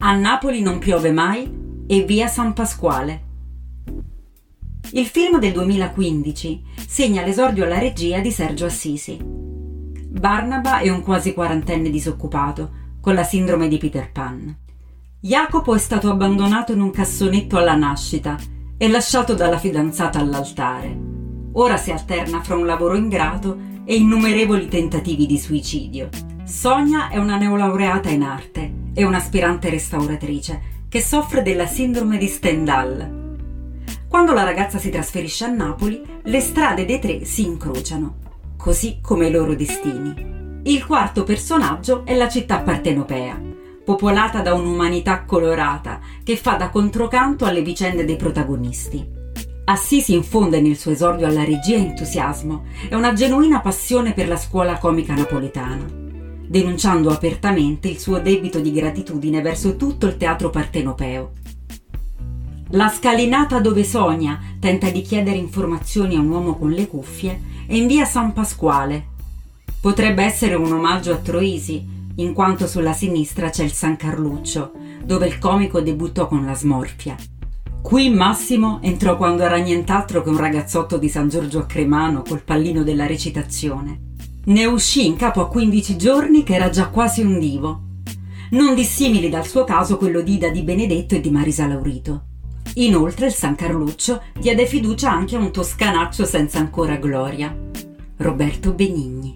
A Napoli non piove mai e via San Pasquale. Il film del 2015 segna l'esordio alla regia di Sergio Assisi. Barnaba è un quasi quarantenne disoccupato, con la sindrome di Peter Pan. Jacopo è stato abbandonato in un cassonetto alla nascita e lasciato dalla fidanzata all'altare. Ora si alterna fra un lavoro ingrato e innumerevoli tentativi di suicidio. Sonia è una neolaureata in arte e un'aspirante restauratrice che soffre della sindrome di Stendhal. Quando la ragazza si trasferisce a Napoli, le strade dei tre si incrociano, così come i loro destini. Il quarto personaggio è la città partenopea, popolata da un'umanità colorata che fa da controcanto alle vicende dei protagonisti. Assisi infonde nel suo esordio alla regia entusiasmo e una genuina passione per la scuola comica napoletana, denunciando apertamente il suo debito di gratitudine verso tutto il teatro partenopeo. La scalinata dove Sonia tenta di chiedere informazioni a un uomo con le cuffie è in via San Pasquale. Potrebbe essere un omaggio a Troisi, in quanto sulla sinistra c'è il San Carluccio, dove il comico debuttò con La Smorfia. Qui Massimo entrò quando era nient'altro che un ragazzotto di San Giorgio a Cremano col pallino della recitazione. Ne uscì in capo a 15 giorni che era già quasi un divo. Non dissimili dal suo caso quello di Ida Di Benedetto e di Marisa Laurito. Inoltre il San Carluccio diede fiducia anche a un toscanaccio senza ancora gloria, Roberto Benigni.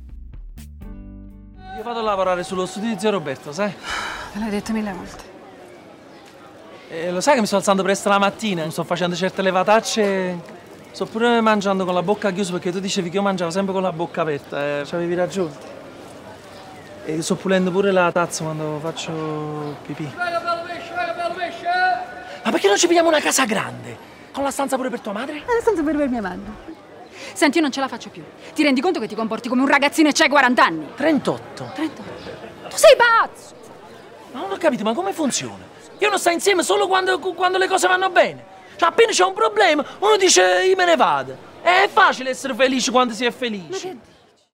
Io vado a lavorare sullo studio di zio Roberto, sai? Te l'hai detto 1000 volte. E lo sai che mi sto alzando presto la mattina, mi sto facendo certe levatacce, sto pure mangiando con la bocca chiusa perché tu dicevi che io mangiavo sempre con la bocca aperta, avevi ragione. E sto pulendo pure la tazza quando faccio pipì. Ma perché non ci pigliamo una casa grande? Con la stanza pure per tua madre? La stanza per mia madre. Senti, io non ce la faccio più. Ti rendi conto che ti comporti come un ragazzino e c'hai 40 anni? 38. 38. Tu sei pazzo! Ma non ho capito, ma come funziona? Io non sto insieme solo quando le cose vanno bene. Cioè, appena c'è un problema, uno dice io me ne vado. È facile essere felice quando si è felice. Ma che